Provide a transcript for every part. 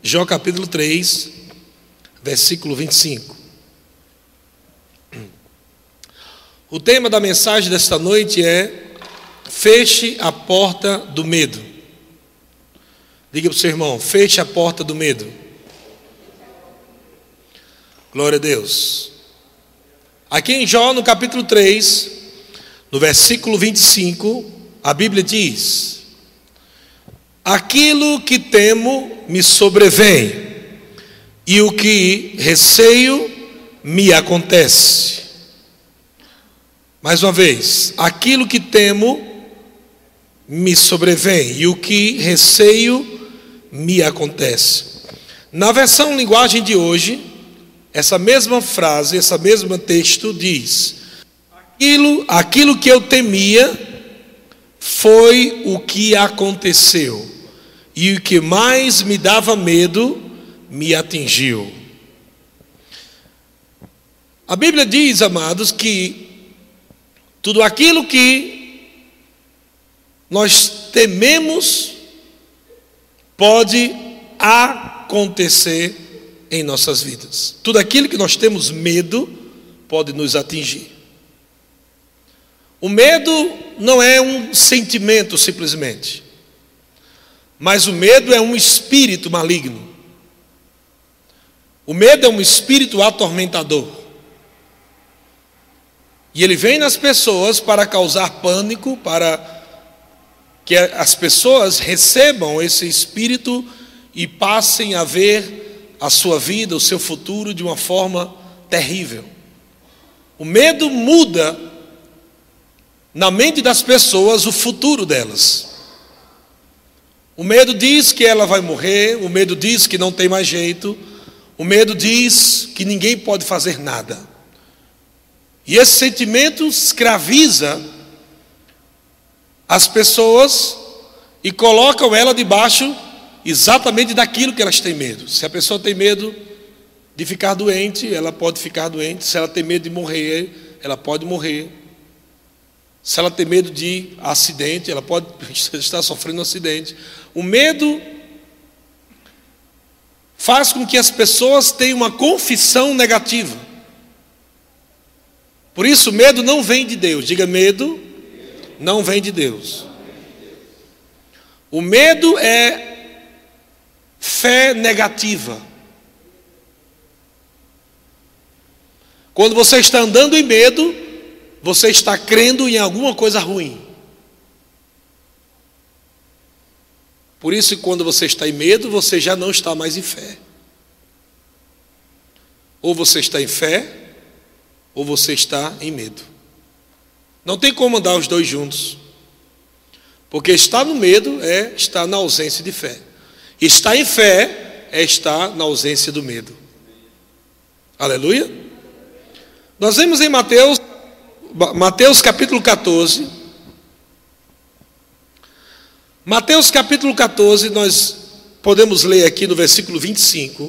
Jó capítulo 3, versículo 25. O tema da mensagem desta noite é: feche a porta do medo. Diga para o seu irmão: feche a porta do medo. Glória a Deus. Aqui em Jó, no capítulo 3, no versículo 25, a Bíblia diz: aquilo que temo me sobrevém, e o que receio me acontece. Mais uma vez, aquilo que temo me sobrevém, e o que receio me acontece. Na versão linguagem de hoje, essa mesma frase, esse mesmo texto diz: aquilo que eu temia foi o que aconteceu, e o que mais me dava medo me atingiu. A Bíblia diz, amados, que tudo aquilo que nós tememos pode acontecer em nossas vidas. Tudo aquilo que nós temos medo pode nos atingir. O medo não é um sentimento simplesmente, mas o medo é um espírito maligno. O medo é um espírito atormentador. E ele vem nas pessoas para causar pânico, para que as pessoas recebam esse espírito e passem a ver a sua vida, o seu futuro de uma forma terrível. O medo muda na mente das pessoas o futuro delas. O medo diz que ela vai morrer, o medo diz que não tem mais jeito, o medo diz que ninguém pode fazer nada. E esse sentimento escraviza as pessoas e colocam ela debaixo exatamente daquilo que elas têm medo. Se a pessoa tem medo de ficar doente, ela pode ficar doente. Se ela tem medo de morrer, ela pode morrer. Se ela tem medo de acidente, ela pode estar sofrendo um acidente. O medo faz com que as pessoas tenham uma confissão negativa. Por isso, o medo não vem de Deus. Diga: medo não vem de Deus. O medo é fé negativa. Quando você está andando em medo, você está crendo em alguma coisa ruim. Por isso, quando você está em medo, você já não está mais em fé. Ou você está em fé, ou você está em medo. Não tem como andar os dois juntos. Porque estar no medo é estar na ausência de fé. Estar em fé é estar na ausência do medo. Aleluia. Nós vemos em Mateus capítulo 14. Mateus capítulo 14, nós podemos ler aqui no versículo 25.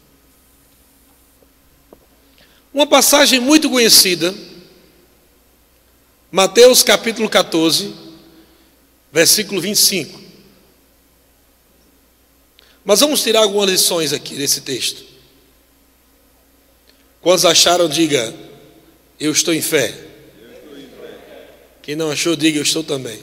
Uma passagem muito conhecida. Mateus capítulo 14, versículo 25. Mas vamos tirar algumas lições aqui desse texto. Quantos acharam, diga: eu estou em fé. Quem não achou, diga: eu estou também.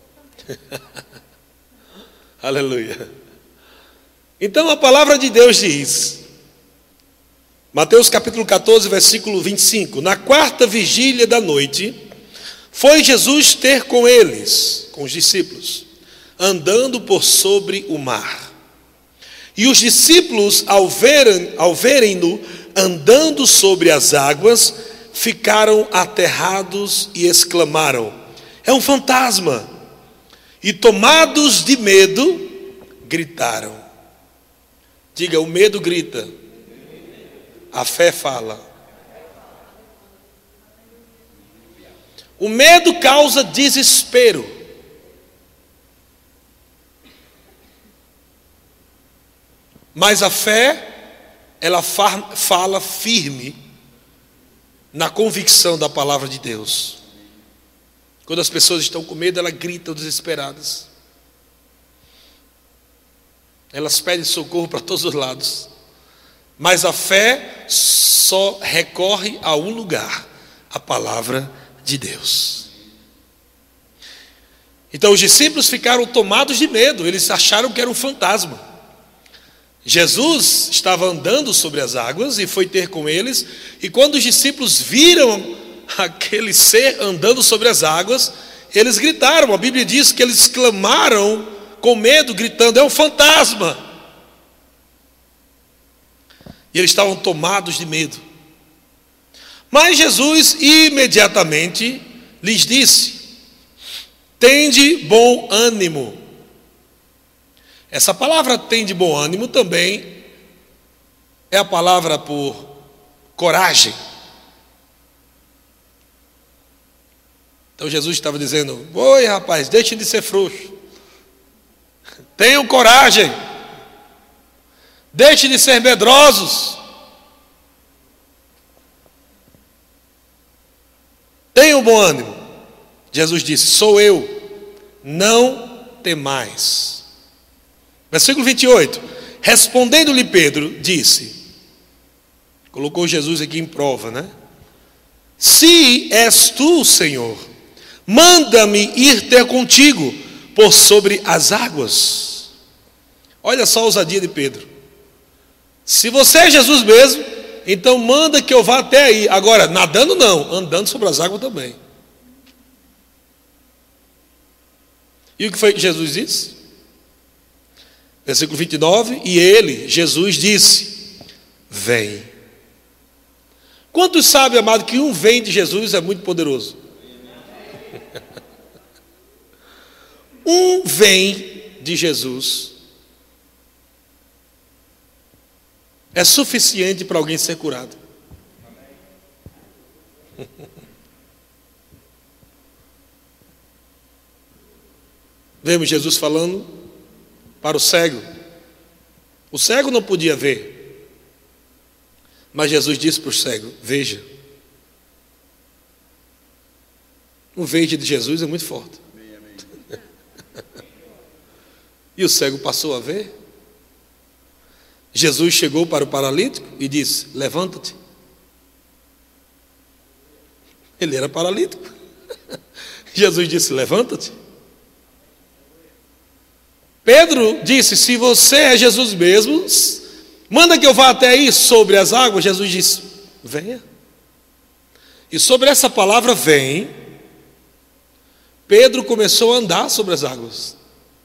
Aleluia. Então a palavra de Deus diz, Mateus capítulo 14, versículo 25: na quarta vigília da noite, foi Jesus ter com eles, com os discípulos, andando por sobre o mar. E os discípulos, ao verem-no andando sobre as águas, ficaram aterrados e exclamaram: é um fantasma! E tomados de medo, gritaram. Diga: o medo grita, a fé fala. O medo causa desespero. Mas a fé, ela fala firme na convicção da palavra de Deus. Quando as pessoas estão com medo, elas gritam desesperadas. elas pedem socorro para todos os lados, mas a fé só recorre a um lugar: a palavra de Deus. Então os discípulos ficaram tomados de medo, eles acharam que era um fantasma. Jesus estava andando sobre as águas e foi ter com eles, e quando os discípulos viram aquele ser andando sobre as águas, eles gritaram. A Bíblia diz que eles clamaram com medo, gritando: é um fantasma! E eles estavam tomados de medo. Mas Jesus imediatamente lhes disse: tende bom ânimo. Essa palavra tende bom ânimo também é a palavra por coragem. Então Jesus estava dizendo: oi rapaz, deixe de ser frouxo, tenham coragem, deixe de ser medrosos, tenham bom ânimo. Jesus disse: sou eu, não temais. Versículo 28, respondendo-lhe Pedro, disse, colocou Jesus aqui em prova, né? Se és tu, Senhor, manda-me ir ter contigo por sobre as águas. Olha só a ousadia de Pedro. Se você é Jesus mesmo, então manda que eu vá até aí. Agora, nadando não, andando sobre as águas também. E o que foi que Jesus disse? Versículo 29, e ele, Jesus, disse: vem. Quantos sabem, amado, que um vem de Jesus é muito poderoso? Um vem de Jesus é suficiente para alguém ser curado. Vemos Jesus falando para o cego. O cego não podia ver, mas Jesus disse para o cego: veja. O veja de Jesus é muito forte. E o cego passou a ver. Jesus chegou para o paralítico e disse: levanta-te. Ele era paralítico. Jesus disse: levanta-te. Pedro disse: se você é Jesus mesmo, manda que eu vá até aí sobre as águas. Jesus disse: venha. E sobre essa palavra vem, Pedro começou a andar sobre as águas.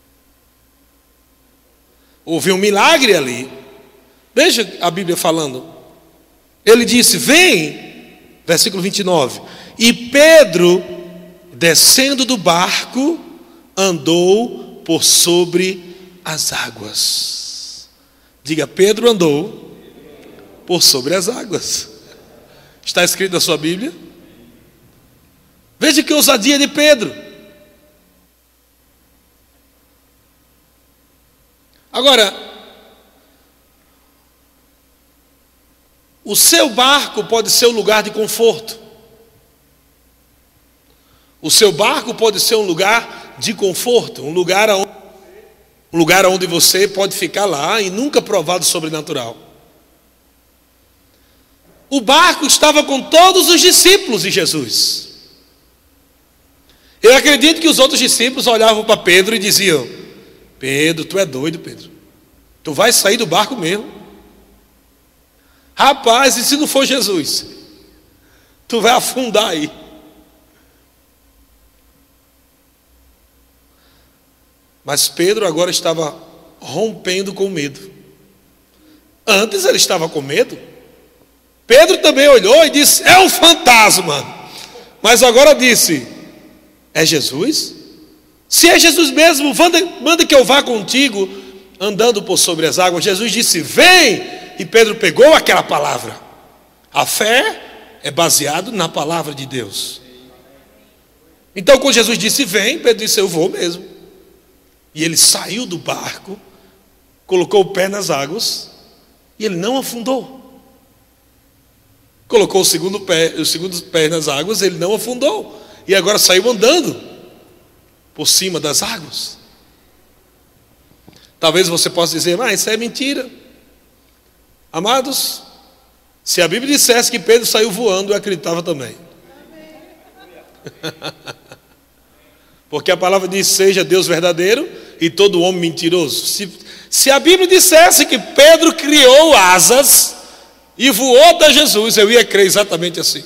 Houve um milagre ali. Veja a Bíblia falando. Ele disse: vem, versículo 29. E Pedro, descendo do barco, andou por sobre as águas. Diga: Pedro andou por sobre as águas. Está escrito na sua Bíblia. Veja que ousadia de Pedro. Agora, o seu barco pode ser um lugar de conforto. O seu barco pode ser um lugar de conforto, um lugar onde você pode ficar lá e nunca provar do sobrenatural. O barco estava com todos os discípulos de Jesus. Eu acredito que os outros discípulos olhavam para Pedro e diziam: Pedro, tu é doido, Pedro. Tu vai sair do barco mesmo. Rapaz, e se não for Jesus? Tu vai afundar aí. Mas Pedro agora estava rompendo com medo. Antes ele estava com medo. Pedro também olhou e disse: é um fantasma. Mas agora disse: é Jesus? Se é Jesus mesmo, manda que eu vá contigo andando por sobre as águas. Jesus disse: vem. E Pedro pegou aquela palavra. A fé é baseada na palavra de Deus. Então quando Jesus disse vem, Pedro disse: eu vou mesmo. E ele saiu do barco, colocou o pé nas águas e ele não afundou. Colocou o segundo pé nas águas, ele não afundou. E agora saiu andando por cima das águas. Talvez você possa dizer, mas isso é mentira. Amados, se a Bíblia dissesse que Pedro saiu voando, eu acreditava também. Porque a palavra diz, seja Deus verdadeiro e todo homem mentiroso. Se a Bíblia dissesse que Pedro criou asas e voou até Jesus, eu ia crer exatamente assim.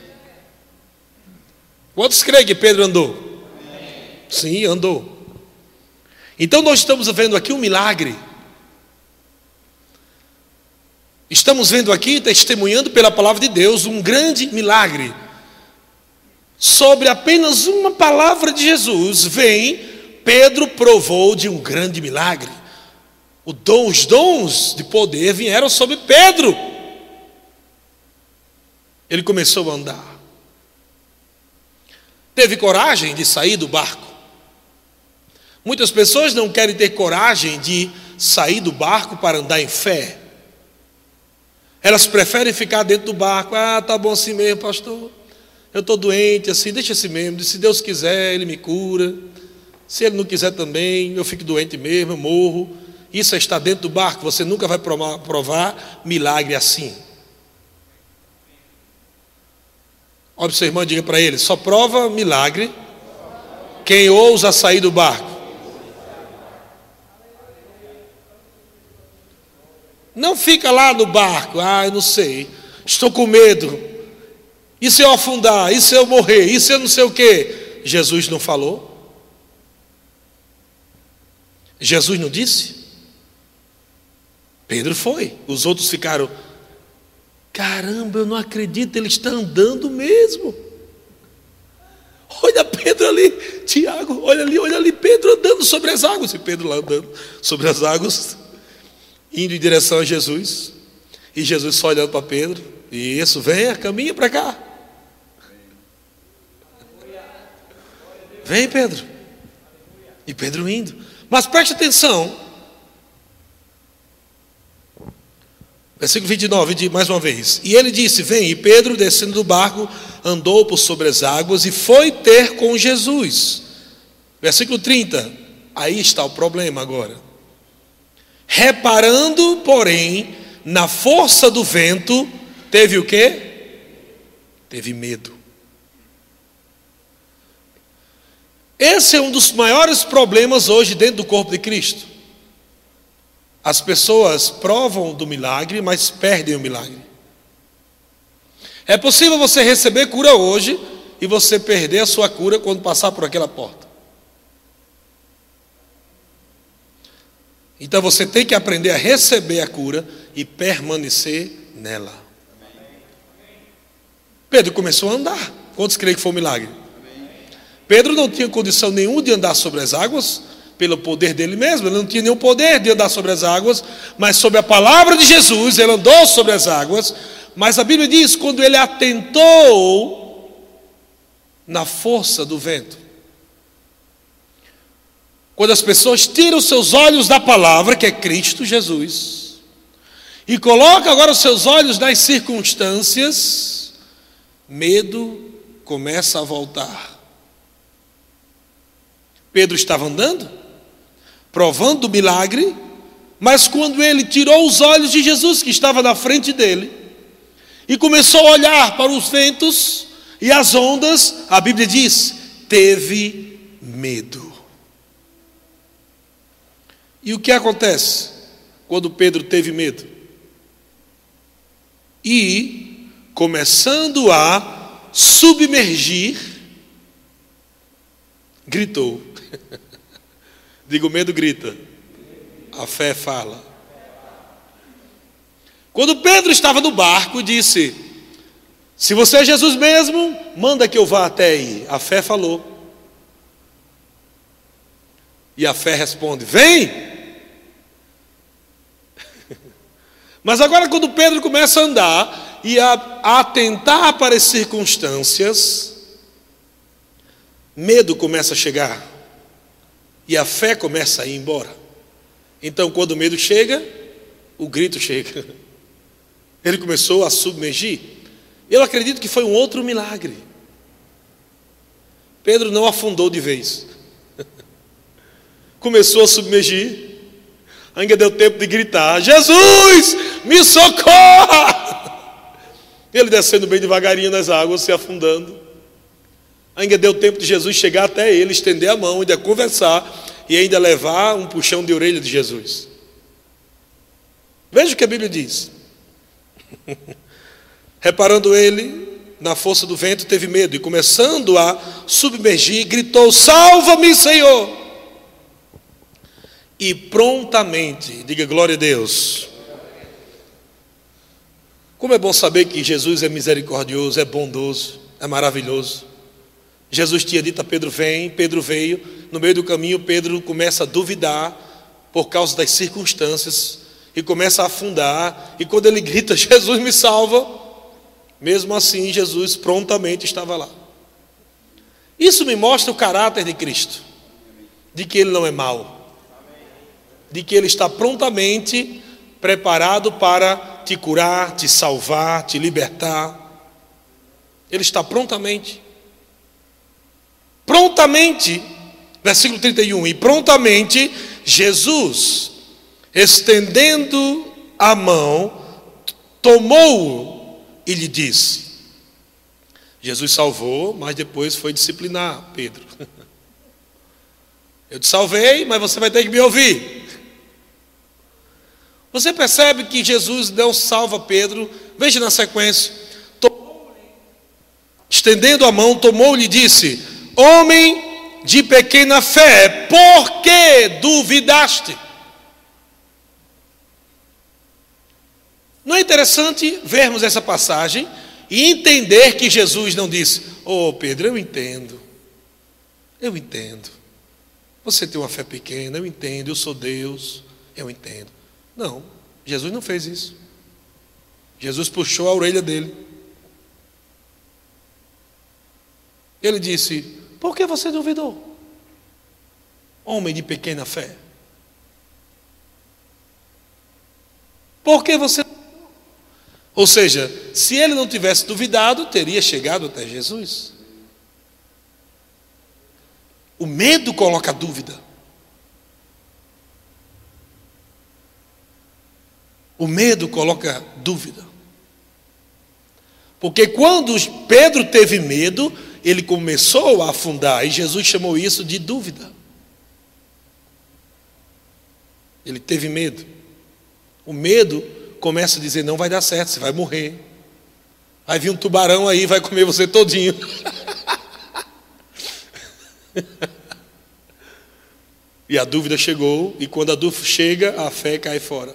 Quantos creem que Pedro andou? Sim, andou. Então nós estamos vendo aqui um milagre. Estamos vendo aqui, testemunhando pela palavra de Deus, um grande milagre. Sobre apenas uma palavra de Jesus, Pedro provou de um grande milagre. Os dons de poder vieram sobre Pedro. Ele começou a andar. Teve coragem de sair do barco. Muitas pessoas não querem ter coragem de sair do barco para andar em fé. Elas preferem ficar dentro do barco. Ah, tá bom assim mesmo, pastor. Eu estou doente, assim, deixa assim mesmo. Se Deus quiser, Ele me cura. Se Ele não quiser também, eu fico doente mesmo, eu morro. Isso é estar dentro do barco. Você nunca vai provar milagre assim. Olha para o seu irmão e diga para ele, só prova milagre quem ousa sair do barco. Não fica lá no barco, eu não sei, estou com medo. E se eu afundar? E se eu morrer? E se eu não sei o quê? Jesus não falou? Jesus não disse? Pedro foi. Os outros ficaram, caramba, eu não acredito, ele está andando mesmo. Olha Pedro ali, Tiago, olha ali, Pedro andando sobre as águas. E Pedro lá andando sobre as águas, indo em direção a Jesus. E Jesus só olhando para Pedro. E isso, venha, caminha para cá. Vem, Pedro. E Pedro indo. Mas preste atenção. Versículo 29, diz mais uma vez. E ele disse, vem. E Pedro, descendo do barco, andou por sobre as águas e foi ter com Jesus. Versículo 30. Aí está o problema agora. Reparando, porém, na força do vento, teve o quê? Teve medo. Esse é um dos maiores problemas hoje dentro do corpo de Cristo. As pessoas provam do milagre, mas perdem o milagre. É possível você receber cura hoje e você perder a sua cura quando passar por aquela porta. Então você tem que aprender a receber a cura e permanecer nela. Pedro começou a andar. Quantos creem que foi um milagre? Pedro não tinha condição nenhuma de andar sobre as águas, pelo poder dele mesmo, ele não tinha nenhum poder de andar sobre as águas, mas sobre a palavra de Jesus, ele andou sobre as águas. Mas a Bíblia diz, quando ele atentou na força do vento. Quando as pessoas tiram seus olhos da palavra, que é Cristo Jesus, e colocam agora os seus olhos nas circunstâncias, medo começa a voltar. Pedro estava andando, provando o milagre, mas quando ele tirou os olhos de Jesus, que estava na frente dele, e começou a olhar para os ventos e as ondas, a Bíblia diz, teve medo. E o que acontece quando Pedro teve medo? E, começando a submergir, gritou. Diga, o medo grita, a fé fala. Quando Pedro estava no barco, disse, se você é Jesus mesmo, manda que eu vá até aí. A fé falou. E a fé responde, vem. Mas agora quando Pedro começa a andar e a atentar para as circunstâncias, medo começa a chegar e a fé começa a ir embora. Então quando o medo chega, o grito chega. Ele começou a submergir. Eu acredito que foi um outro milagre. Pedro não afundou de vez. Começou a submergir Ainda deu tempo de gritar: Jesus, me socorra! Ele descendo bem devagarinho nas águas, se afundando. Ainda deu tempo de Jesus chegar até ele, estender a mão, ainda conversar e ainda levar um puxão de orelha de Jesus. Veja o que a Bíblia diz. Reparando ele na força do vento, teve medo e, começando a submergir, gritou: salva-me, Senhor! E prontamente, diga glória a Deus. Como é bom saber que Jesus é misericordioso, é bondoso, é maravilhoso. Jesus tinha dito a Pedro: vem. Pedro veio. No meio do caminho, Pedro começa a duvidar por causa das circunstâncias e começa a afundar. E quando ele grita: Jesus, me salva! Mesmo assim, Jesus prontamente estava lá. Isso me mostra o caráter de Cristo, de que Ele não é mau, de que Ele está prontamente preparado para te curar, te salvar, te libertar. Ele está prontamente. Prontamente, versículo 31, e prontamente Jesus, estendendo a mão, tomou-o e lhe disse. Jesus salvou, mas depois foi disciplinar Pedro. Eu te salvei, mas você vai ter que me ouvir. Você percebe que Jesus não salva Pedro? Veja na sequência. Estendendo a mão, tomou-lhe e disse: homem de pequena fé, por que duvidaste? Não é interessante vermos essa passagem e entender que Jesus não disse: oh Pedro, eu entendo, você tem uma fé pequena, eu entendo, eu sou Deus, eu entendo. Não, Jesus não fez isso. Jesus puxou a orelha dele. Ele disse: por que você duvidou? Homem de pequena fé. Por que você... Ou seja, se ele não tivesse duvidado, teria chegado até Jesus. O medo coloca dúvida. O medo coloca dúvida. Porque quando Pedro teve medo, ele começou a afundar, e Jesus chamou isso de dúvida. Ele teve medo. O medo começa a dizer: não vai dar certo, você vai morrer. Vai vir um tubarão aí, vai comer você todinho. E a dúvida chegou, e quando a dúvida chega, a fé cai fora.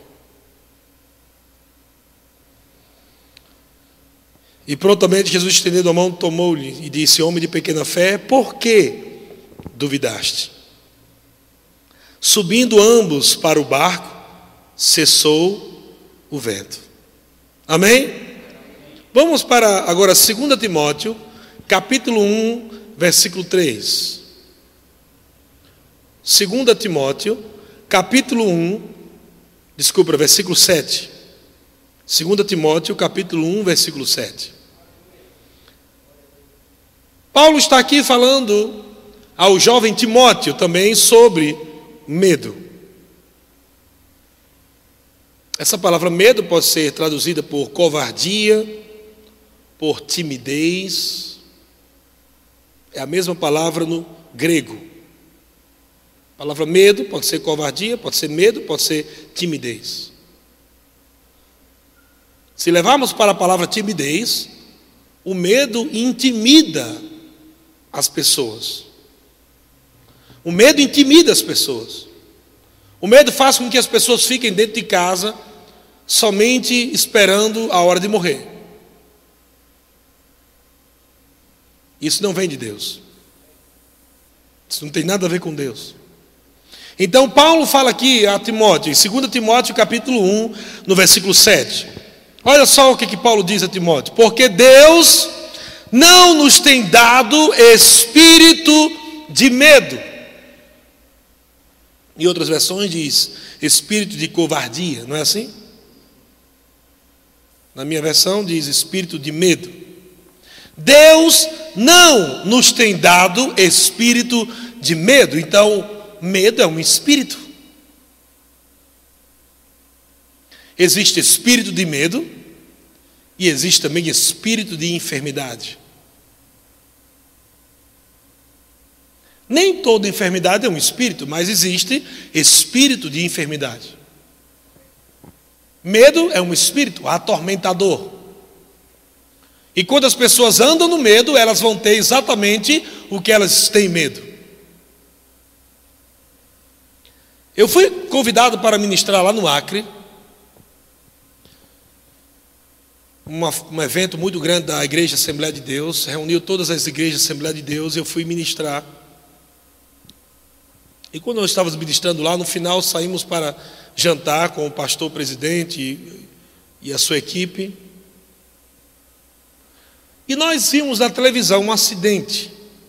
E prontamente Jesus, estendendo a mão, tomou-lhe e disse: homem de pequena fé, por que duvidaste? Subindo ambos para o barco, cessou o vento. Amém? Vamos para agora 2 Timóteo, capítulo 1, versículo 3. 2 Timóteo, capítulo 1, versículo 7. 2 Timóteo, capítulo 1, versículo 7. Paulo está aqui falando ao jovem Timóteo também sobre medo. Essa palavra medo pode ser traduzida por covardia, por timidez. É a mesma palavra no grego. A palavra medo pode ser covardia, pode ser medo, pode ser timidez. Se levarmos para a palavra timidez, o medo intimida as pessoas. O medo intimida as pessoas. O medo faz com que as pessoas fiquem dentro de casa somente esperando a hora de morrer. Isso não vem de Deus. Isso não tem nada a ver com Deus. Então Paulo fala aqui a Timóteo, em 2 Timóteo capítulo 1, no versículo 7. Olha só o que Paulo diz a Timóteo: porque Deus não nos tem dado espírito de medo. Em outras versões diz espírito de covardia, não é assim? Na minha versão diz espírito de medo. Deus não nos tem dado espírito de medo. Então, medo é um espírito. Existe espírito de medo e existe também espírito de enfermidade. Nem toda enfermidade é um espírito, mas existe espírito de enfermidade. Medo é um espírito atormentador. E quando as pessoas andam no medo, elas vão ter exatamente o que elas têm medo. Eu fui convidado para ministrar lá no Acre, um evento muito grande da Igreja Assembleia de Deus, reuniu todas as igrejas da Assembleia de Deus, eu fui ministrar. E quando nós estávamos ministrando lá, no final saímos para jantar com o pastor presidente e a sua equipe. E nós vimos na televisão um acidente.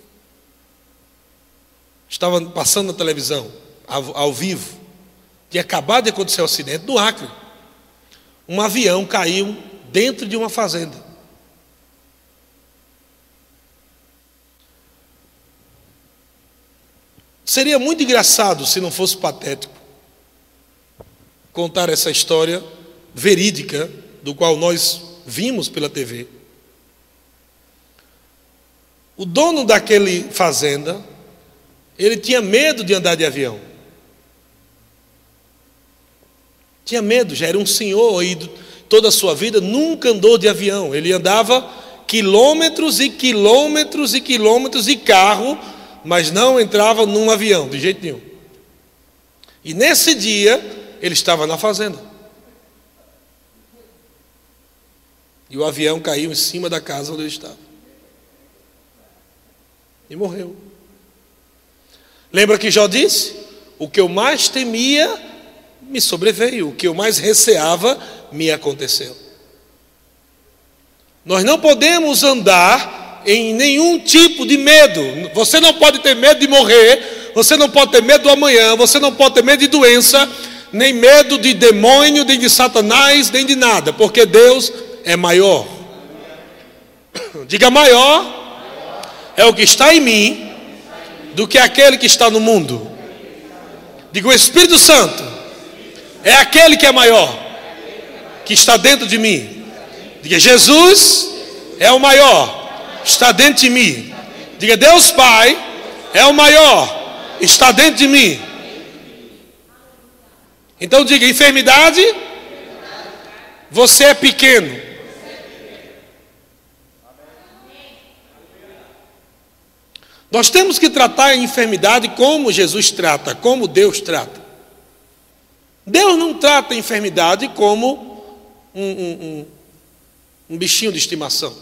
Estava passando na televisão, ao vivo. Tinha acabado de acontecer um acidente no Acre. Um avião caiu dentro de uma fazenda. Seria muito engraçado, se não fosse patético, contar essa história verídica, do qual nós vimos pela TV. O dono daquele fazenda, ele tinha medo de andar de avião. Tinha medo, já era um senhor e toda a sua vida nunca andou de avião. Ele andava quilômetros e quilômetros e quilômetros de carro, mas não entrava num avião, de jeito nenhum. E nesse dia, ele estava na fazenda. E o avião caiu em cima da casa onde ele estava. E morreu. Lembra que Jó disse? O que eu mais temia me sobreveio, o que eu mais receava me aconteceu. Nós não podemos andar em nenhum tipo de medo. Você não pode ter medo de morrer, você não pode ter medo do amanhã, você não pode ter medo de doença, nem medo de demônio, nem de Satanás, nem de nada, porque Deus é maior. Diga: maior é o que está em mim do que aquele que está no mundo. Diga: o Espírito Santo é aquele que é maior, que está dentro de mim. Diga: Jesus é o maior, está dentro de mim. Diga: Deus Pai é o maior, está dentro de mim. Então diga: enfermidade, você é pequeno. Nós temos que tratar a enfermidade como Jesus trata, como Deus trata. Deus não trata a enfermidade como um bichinho de estimação.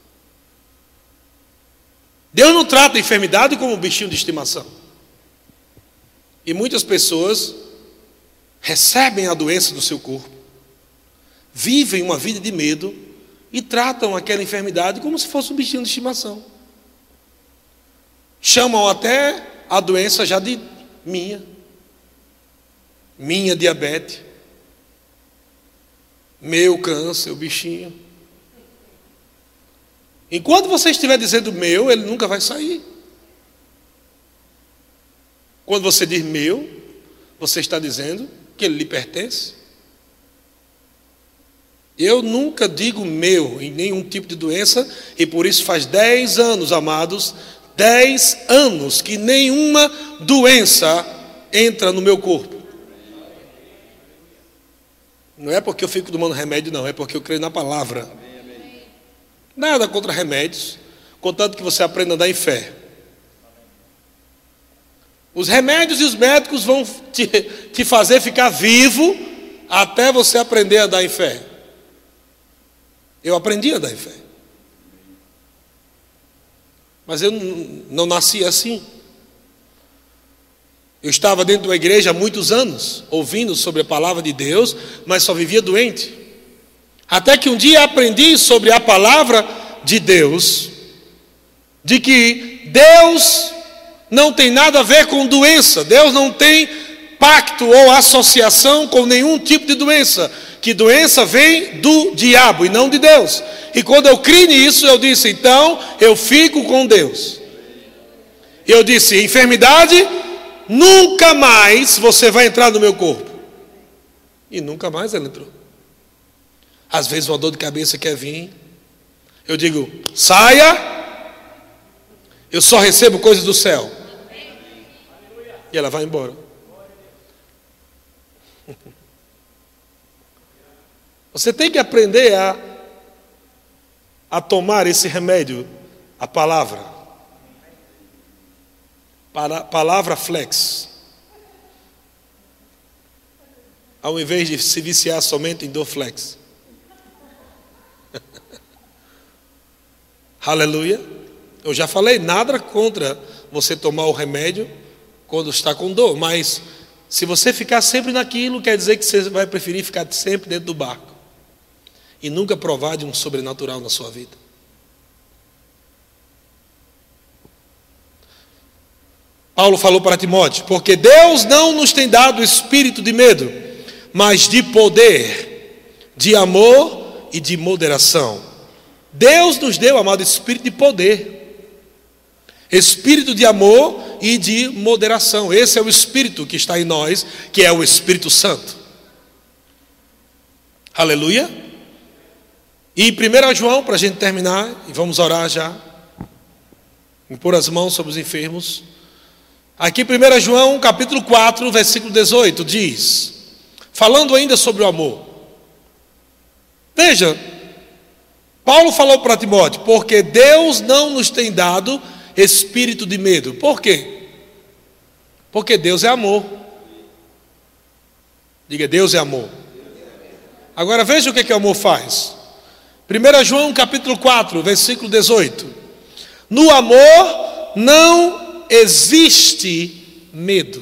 Deus não trata a enfermidade como um bichinho de estimação. E muitas pessoas recebem a doença do seu corpo, vivem uma vida de medo e tratam aquela enfermidade como se fosse um bichinho de estimação. Chamam até a doença já de minha diabetes, meu câncer, o bichinho. Enquanto você estiver dizendo meu, ele nunca vai sair. Quando você diz meu, você está dizendo que ele lhe pertence. Eu nunca digo meu em nenhum tipo de doença, e por isso faz 10 anos, amados, 10 anos que nenhuma doença entra no meu corpo. Não é porque eu fico tomando remédio, não, é porque eu creio na palavra. Nada contra remédios, contanto que você aprenda a andar em fé. Os remédios e os médicos vão te fazer ficar vivo até você aprender a andar em fé. Eu aprendi a andar em fé. Mas eu não nasci assim. Eu estava dentro de uma igreja há muitos anos, ouvindo sobre a palavra de Deus, mas só vivia doente. Até que um dia aprendi sobre a palavra de Deus, de que Deus não tem nada a ver com doença. Deus não tem pacto ou associação com nenhum tipo de doença. Que doença vem do diabo e não de Deus. E quando eu criei nisso, eu disse: então eu fico com Deus. Eu disse: enfermidade, nunca mais você vai entrar no meu corpo. E nunca mais ela entrou. Às vezes uma dor de cabeça quer vir. Eu digo, saia, eu só recebo coisas do céu. E ela vai embora. Você tem que aprender a tomar esse remédio, a palavra. Palavra flex. Ao invés de se viciar somente em Dorflex. Aleluia. Eu já falei, nada contra você tomar o remédio quando está com dor, mas se você ficar sempre naquilo, quer dizer que você vai preferir ficar sempre dentro do barco e nunca provar de um sobrenatural na sua vida. Paulo falou para Timóteo, porque Deus não nos tem dado espírito de medo, mas de poder, de amor e de moderação. Deus nos deu, amado, espírito de poder, espírito de amor e de moderação. Esse é o espírito que está em nós, que é o Espírito Santo. Aleluia. E 1 João, para a gente terminar, e vamos orar já, impor as mãos sobre os enfermos. Aqui 1 João capítulo 4, versículo 18, diz, falando ainda sobre o amor. Veja, Paulo falou para Timóteo, porque Deus não nos tem dado espírito de medo. Por quê? Porque Deus é amor. Diga, Deus é amor. Agora veja o que o amor faz. 1 João capítulo 4, versículo 18. No amor não existe medo.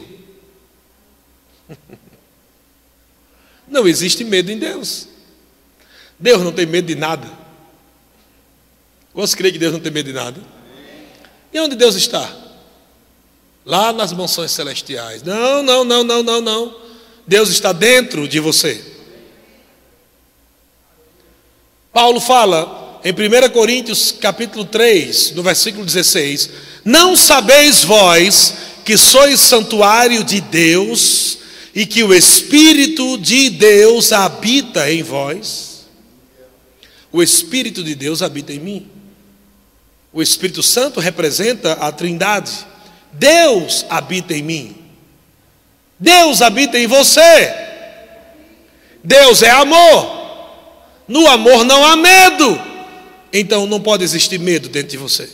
Não existe medo em Deus. Deus não tem medo de nada. Você crê que Deus não tem medo de nada? E onde Deus está? Lá nas mansões celestiais. Não. Deus está dentro de você. Paulo fala em 1 Coríntios capítulo 3, no versículo 16, não sabeis vós que sois santuário de Deus e que o Espírito de Deus habita em vós? O Espírito de Deus habita em mim. O Espírito Santo representa a Trindade. Deus habita em mim. Deus habita em você. Deus é amor. No amor não há medo. Então não pode existir medo dentro de você.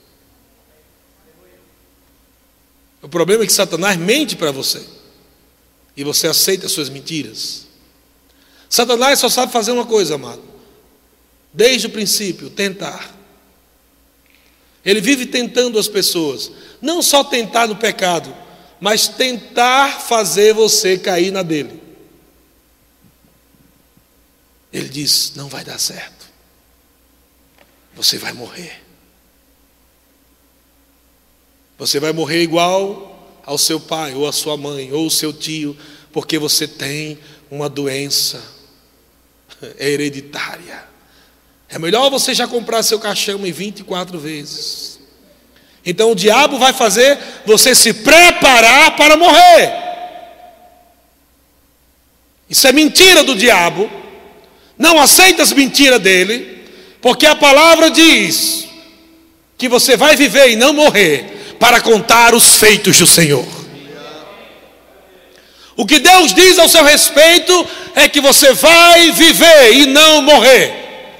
O problema é que Satanás mente para você. E você aceita as suas mentiras. Satanás só sabe fazer uma coisa, amado. Desde o princípio, tentar. Ele vive tentando as pessoas. Não só tentar no pecado, mas tentar fazer você cair na dele. Ele diz, não vai dar certo. Você vai morrer. Você vai morrer igual ao seu pai, ou à sua mãe, ou ao seu tio, porque você tem uma doença hereditária. É melhor você já comprar seu caixão em 24 vezes. Então o diabo vai fazer você se preparar para morrer. Isso é mentira do diabo. Não aceita as mentiras dele, porque a palavra diz que você vai viver e não morrer para contar os feitos do Senhor. O que Deus diz ao seu respeito é que você vai viver e não morrer.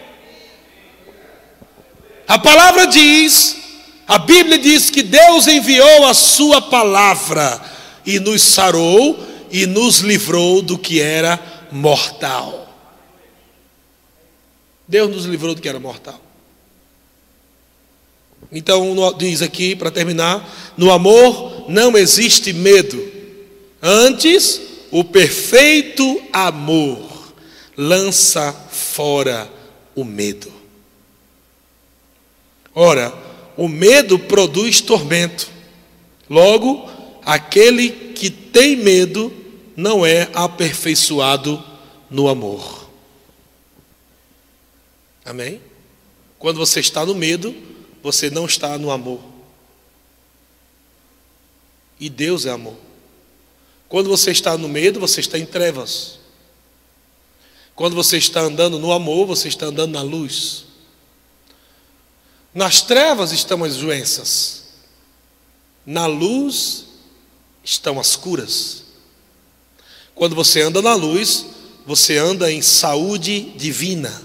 A palavra diz, a Bíblia diz que Deus enviou a sua palavra e nos sarou e nos livrou do que era mortal. Deus nos livrou do que era mortal. Então diz aqui, para terminar, no amor não existe medo. Antes, o perfeito amor lança fora o medo. Ora, o medo produz tormento. Logo, aquele que tem medo não é aperfeiçoado no amor. Amém? Quando você está no medo, você não está no amor. E Deus é amor. Quando você está no medo, você está em trevas. Quando você está andando no amor, você está andando na luz. Nas trevas estão as doenças, na luz estão as curas. Quando você anda na luz, você anda em saúde divina.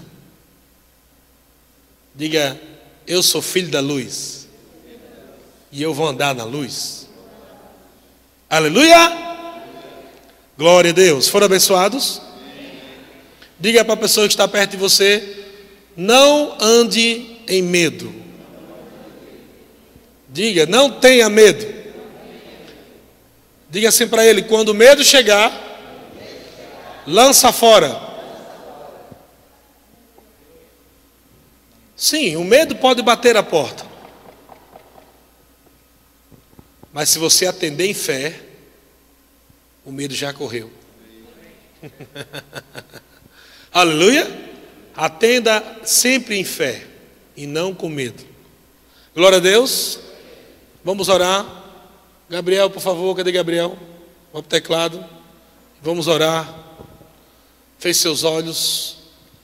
Diga: eu sou filho da luz e eu vou andar na luz. Aleluia! Glória a Deus. Foram abençoados? Diga para a pessoa que está perto de você: não ande em medo. Diga: não tenha medo. Diga assim para ele: quando o medo chegar, lança fora. Sim, o medo pode bater a porta, mas se você atender em fé, o medo já correu. Aleluia! Atenda sempre em fé e não com medo. Glória a Deus. Vamos orar. Gabriel, por favor, cadê Gabriel? Vamos para o teclado. Vamos orar. Feche seus olhos.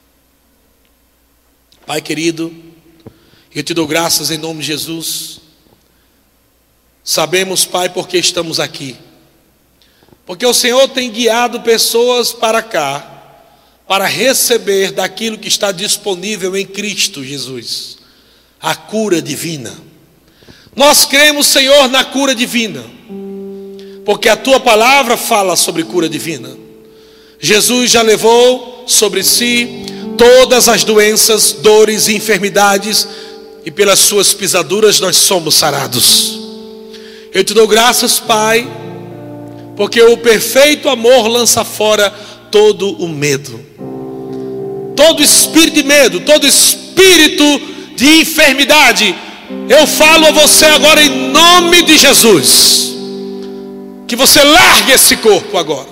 Pai querido, eu te dou graças em nome de Jesus. Sabemos, Pai, porque estamos aqui. Porque o Senhor tem guiado pessoas para cá, para receber daquilo que está disponível em Cristo Jesus, a cura divina. Nós cremos, Senhor, na cura divina, porque a Tua palavra fala sobre cura divina. Jesus já levou sobre si todas as doenças, dores e enfermidades, e pelas Suas pisaduras nós somos sarados. Eu te dou graças, Pai, porque o perfeito amor lança fora todo o medo, todo espírito de medo, todo espírito de enfermidade. Eu falo a você agora em nome de Jesus, que você largue esse corpo agora.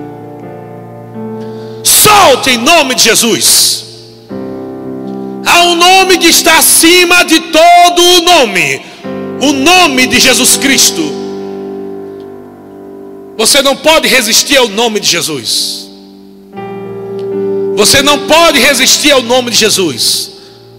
Solte em nome de Jesus. Há um nome que está acima de todo o nome de Jesus Cristo. Você não pode resistir ao nome de Jesus. Você não pode resistir ao nome de Jesus.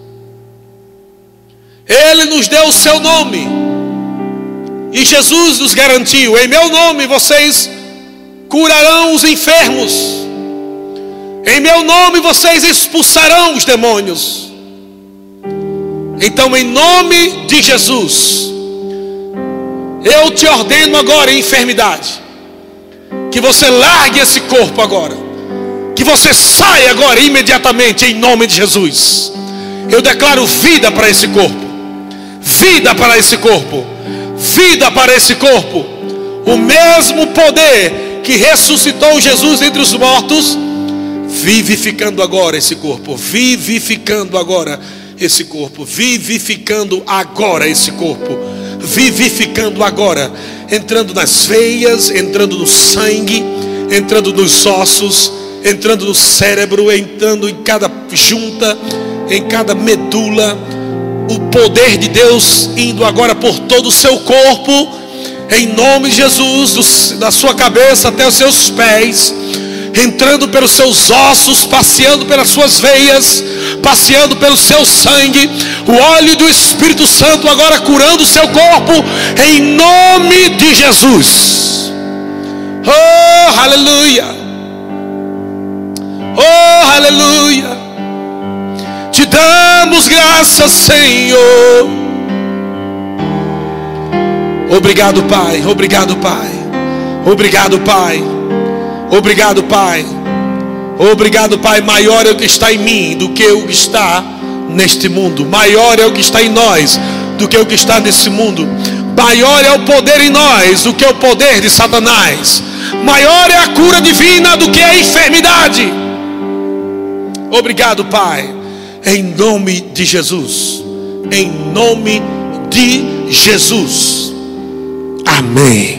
Ele nos deu o seu nome, e Jesus nos garantiu: em meu nome vocês curarão os enfermos, em meu nome vocês expulsarão os demônios. Então, em nome de Jesus, eu te ordeno agora, enfermidade, que você largue esse corpo agora, que você saia agora imediatamente em nome de Jesus. Eu declaro vida para esse corpo, vida para esse corpo, vida para esse corpo. O mesmo poder que ressuscitou Jesus entre os mortos, vivificando agora esse corpo, vivificando agora esse corpo, vivificando agora esse corpo, vivificando agora, entrando nas veias, entrando no sangue, entrando nos ossos, entrando no cérebro, entrando em cada junta, em cada medula. O poder de Deus indo agora por todo o seu corpo, em nome de Jesus, da sua cabeça até os seus pés, entrando pelos seus ossos, passeando pelas suas veias, passeando pelo seu sangue. O óleo do Espírito Santo agora curando o seu corpo, em nome de Jesus. Oh, aleluia! Oh, aleluia! Te damos graças, Senhor. Obrigado, Pai. Obrigado, Pai. Obrigado, Pai. Obrigado, Pai. Obrigado, Pai. Maior é o que está em mim do que o que está neste mundo. Maior é o que está em nós do que o que está nesse mundo. Maior é o poder em nós do que o poder de Satanás. Maior é a cura divina do que a enfermidade. Obrigado, Pai. Em nome de Jesus. Em nome de Jesus. Amém.